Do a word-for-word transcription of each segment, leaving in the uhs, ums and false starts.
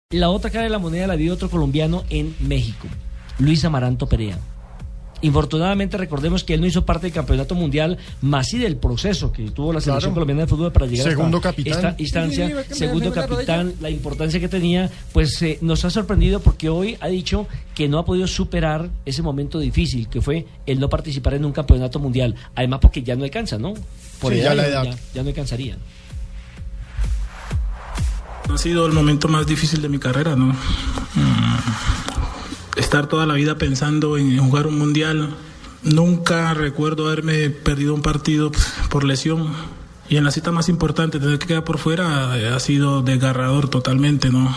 La otra cara de la moneda la dio otro colombiano en México, Luis Amaranto Perea. Infortunadamente recordemos que él no hizo parte del campeonato mundial, más sí del proceso que tuvo la selección claro. colombiana de fútbol para llegar segundo hasta capitán. esta instancia, sí, segundo capitán, la importancia que tenía, pues eh, nos ha sorprendido porque hoy ha dicho que no ha podido superar ese momento difícil que fue el no participar en un campeonato mundial, además porque ya no alcanza, ¿no? Por sí, edad, ya la edad. Ya, ya no alcanzaría. Ha sido el momento más difícil de mi carrera, ¿no? Estar toda la vida pensando en jugar un mundial. Nunca recuerdo haberme perdido un partido por lesión. Y en la cita más importante, tener que quedar por fuera ha sido desgarrador totalmente, ¿no?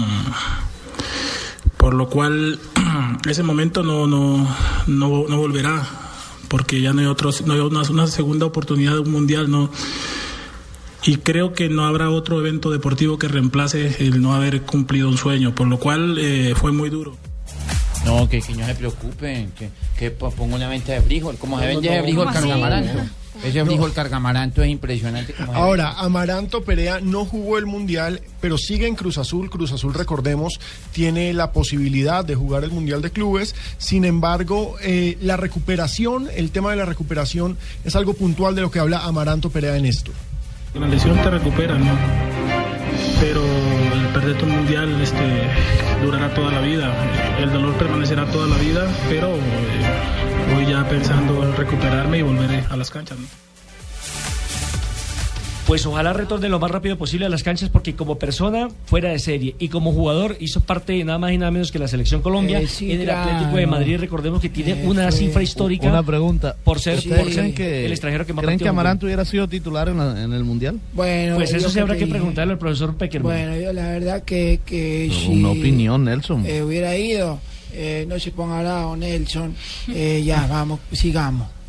Por lo cual, ese momento no, no, no, no volverá, porque ya no hay, otro, no hay una, una segunda oportunidad de un mundial, ¿no? Y creo que no habrá otro evento deportivo que reemplace el no haber cumplido un sueño, por lo cual eh, fue muy duro. No, que, que no se preocupen, que, que pongo una venta de frijol, como se vende ese frijol cargamaranto. Ese frijol cargamaranto es impresionante. Ahora, Amaranto Perea no jugó el Mundial, pero sigue en Cruz Azul. Cruz Azul, recordemos, tiene la posibilidad de jugar el Mundial de Clubes. Sin embargo, eh, la recuperación, el tema de la recuperación es algo puntual de lo que habla Amaranto Perea en esto. La lesión te recupera, ¿no? Pero el perder tu mundial este, durará toda la vida. El dolor permanecerá toda la vida, pero eh, voy ya pensando en recuperarme y volver a las canchas, ¿no? Pues ojalá retorne lo más rápido posible a las canchas, porque como persona fuera de serie y como jugador hizo parte nada más y nada menos que la Selección Colombia eh, sí, en el claro. Atlético de Madrid. Recordemos que tiene eh, una cifra histórica. Una pregunta. Por ser, sí. por ser que, el extranjero que más ¿Creen que Amaranto hubiera sido titular en, la, en el Mundial? Bueno, pues eso sí habrá que dije. preguntarle al profesor Peckerman. Bueno, yo la verdad que, que no, si una opinión, Nelson. Eh, hubiera ido, eh, no se ponga bravo, Nelson. Eh, ya, vamos, sigamos.